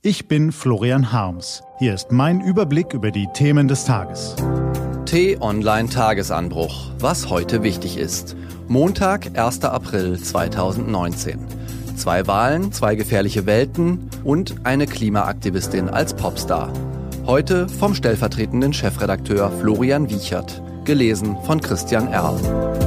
Ich bin Florian Harms. Hier ist mein Überblick über die Themen des Tages. T-Online-Tagesanbruch. Was heute wichtig ist. Montag, 1. April 2019. 2 Wahlen, 2 gefährliche Welten und eine Klimaaktivistin als Popstar. Heute vom stellvertretenden Chefredakteur Florian Wiechert. Gelesen von Christian Erl.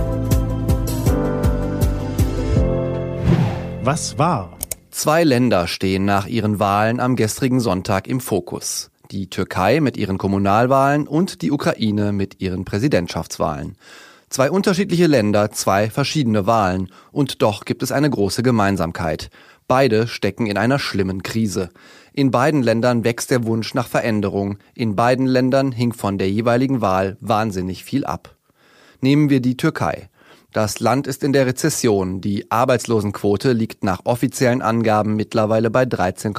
Was war? 2 Länder stehen nach ihren Wahlen am gestrigen Sonntag im Fokus. Die Türkei mit ihren Kommunalwahlen und die Ukraine mit ihren Präsidentschaftswahlen. 2 unterschiedliche Länder, 2 verschiedene Wahlen. Und doch gibt es eine große Gemeinsamkeit. Beide stecken in einer schlimmen Krise. In beiden Ländern wächst der Wunsch nach Veränderung. In beiden Ländern hing von der jeweiligen Wahl wahnsinnig viel ab. Nehmen wir die Türkei. Das Land ist in der Rezession. Die Arbeitslosenquote liegt nach offiziellen Angaben mittlerweile bei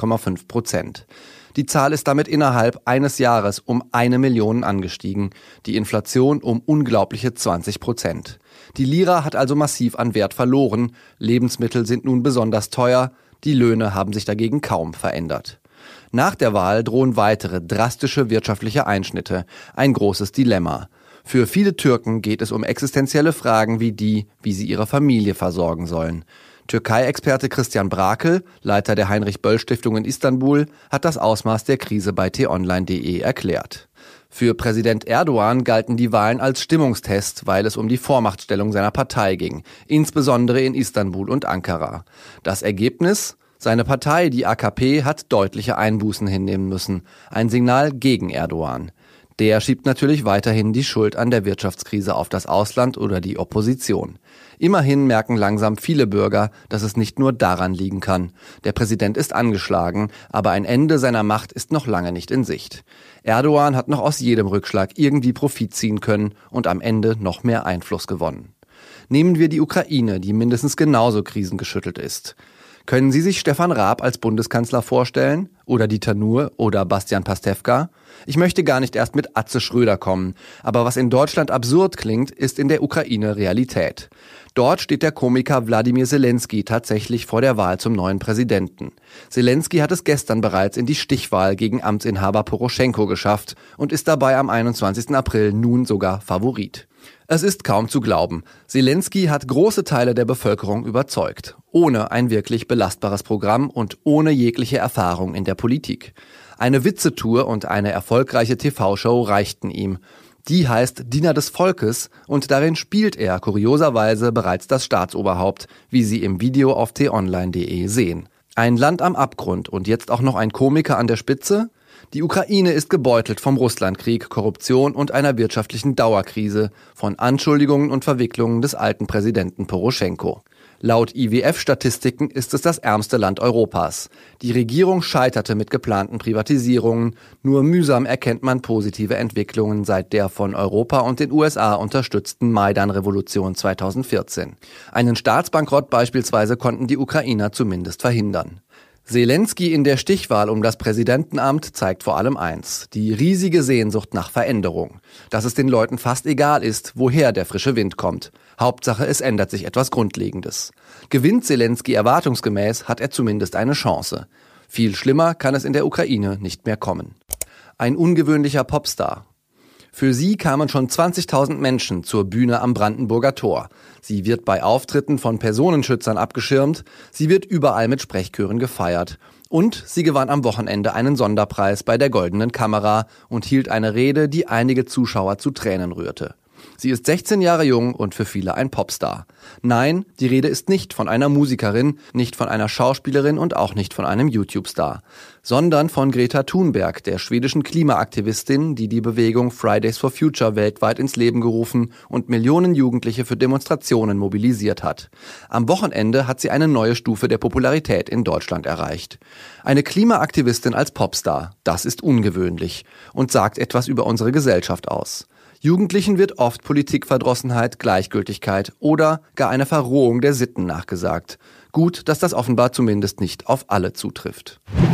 13,5%. Die Zahl ist damit innerhalb eines Jahres um 1 Million angestiegen. Die Inflation um unglaubliche 20%. Die Lira hat also massiv an Wert verloren. Lebensmittel sind nun besonders teuer. Die Löhne haben sich dagegen kaum verändert. Nach der Wahl drohen weitere drastische wirtschaftliche Einschnitte. Ein großes Dilemma. Für viele Türken geht es um existenzielle Fragen wie die, wie sie ihre Familie versorgen sollen. Türkei-Experte Christian Brakel, Leiter der Heinrich-Böll-Stiftung in Istanbul, hat das Ausmaß der Krise bei t-online.de erklärt. Für Präsident Erdogan galten die Wahlen als Stimmungstest, weil es um die Vormachtstellung seiner Partei ging, insbesondere in Istanbul und Ankara. Das Ergebnis? Seine Partei, die AKP, hat deutliche Einbußen hinnehmen müssen. Ein Signal gegen Erdogan. Der schiebt natürlich weiterhin die Schuld an der Wirtschaftskrise auf das Ausland oder die Opposition. Immerhin merken langsam viele Bürger, dass es nicht nur daran liegen kann. Der Präsident ist angeschlagen, aber ein Ende seiner Macht ist noch lange nicht in Sicht. Erdogan hat noch aus jedem Rückschlag irgendwie Profit ziehen können und am Ende noch mehr Einfluss gewonnen. Nehmen wir die Ukraine, die mindestens genauso krisengeschüttelt ist. Können Sie sich Stefan Raab als Bundeskanzler vorstellen? Oder Dieter Nuhr oder Bastian Pastewka? Ich möchte gar nicht erst mit Atze Schröder kommen. Aber was in Deutschland absurd klingt, ist in der Ukraine Realität. Dort steht der Komiker Wladimir Zelensky tatsächlich vor der Wahl zum neuen Präsidenten. Zelensky hat es gestern bereits in die Stichwahl gegen Amtsinhaber Poroschenko geschafft und ist dabei am 21. April nun sogar Favorit. Es ist kaum zu glauben. Zelensky hat große Teile der Bevölkerung überzeugt. Ohne ein wirklich belastbares Programm und ohne jegliche Erfahrung in der Politik. Eine Witzetour und eine erfolgreiche TV-Show reichten ihm. Die heißt Diener des Volkes und darin spielt er kurioserweise bereits das Staatsoberhaupt, wie Sie im Video auf t-online.de sehen. Ein Land am Abgrund und jetzt auch noch ein Komiker an der Spitze? Die Ukraine ist gebeutelt vom Russlandkrieg, Korruption und einer wirtschaftlichen Dauerkrise, von Anschuldigungen und Verwicklungen des alten Präsidenten Poroschenko. Laut IWF-Statistiken ist es das ärmste Land Europas. Die Regierung scheiterte mit geplanten Privatisierungen. Nur mühsam erkennt man positive Entwicklungen seit der von Europa und den USA unterstützten Maidan-Revolution 2014. Einen Staatsbankrott beispielsweise konnten die Ukrainer zumindest verhindern. Zelensky in der Stichwahl um das Präsidentenamt zeigt vor allem eins: die riesige Sehnsucht nach Veränderung. Dass es den Leuten fast egal ist, woher der frische Wind kommt. Hauptsache, es ändert sich etwas Grundlegendes. Gewinnt Zelensky erwartungsgemäß, hat er zumindest eine Chance. Viel schlimmer kann es in der Ukraine nicht mehr kommen. Ein ungewöhnlicher Popstar. Für sie kamen schon 20.000 Menschen zur Bühne am Brandenburger Tor. Sie wird bei Auftritten von Personenschützern abgeschirmt. Sie wird überall mit Sprechchören gefeiert. Und sie gewann am Wochenende einen Sonderpreis bei der Goldenen Kamera und hielt eine Rede, die einige Zuschauer zu Tränen rührte. Sie ist 16 Jahre jung und für viele ein Popstar. Nein, die Rede ist nicht von einer Musikerin, nicht von einer Schauspielerin und auch nicht von einem YouTube-Star, sondern von Greta Thunberg, der schwedischen Klimaaktivistin, die die Bewegung Fridays for Future weltweit ins Leben gerufen und Millionen Jugendliche für Demonstrationen mobilisiert hat. Am Wochenende hat sie eine neue Stufe der Popularität in Deutschland erreicht. Eine Klimaaktivistin als Popstar, das ist ungewöhnlich und sagt etwas über unsere Gesellschaft aus. Jugendlichen wird oft Politikverdrossenheit, Gleichgültigkeit oder gar eine Verrohung der Sitten nachgesagt. Gut, dass das offenbar zumindest nicht auf alle zutrifft.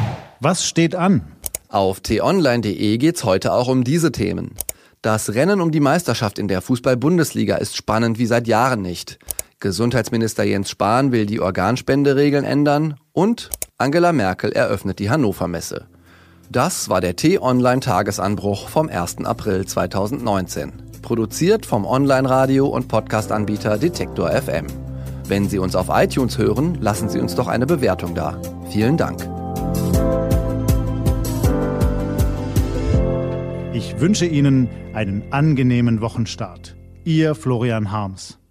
Was steht an? Auf t-online.de geht's heute auch um diese Themen. Das Rennen um die Meisterschaft in der Fußball-Bundesliga ist spannend wie seit Jahren nicht. Gesundheitsminister Jens Spahn will die Organspenderegeln ändern und Angela Merkel eröffnet die Hannover Messe. Das war der T-Online-Tagesanbruch vom 1. April 2019. Produziert vom Online-Radio- und Podcast-Anbieter Detektor FM. Wenn Sie uns auf iTunes hören, lassen Sie uns doch eine Bewertung da. Vielen Dank. Ich wünsche Ihnen einen angenehmen Wochenstart. Ihr Florian Harms.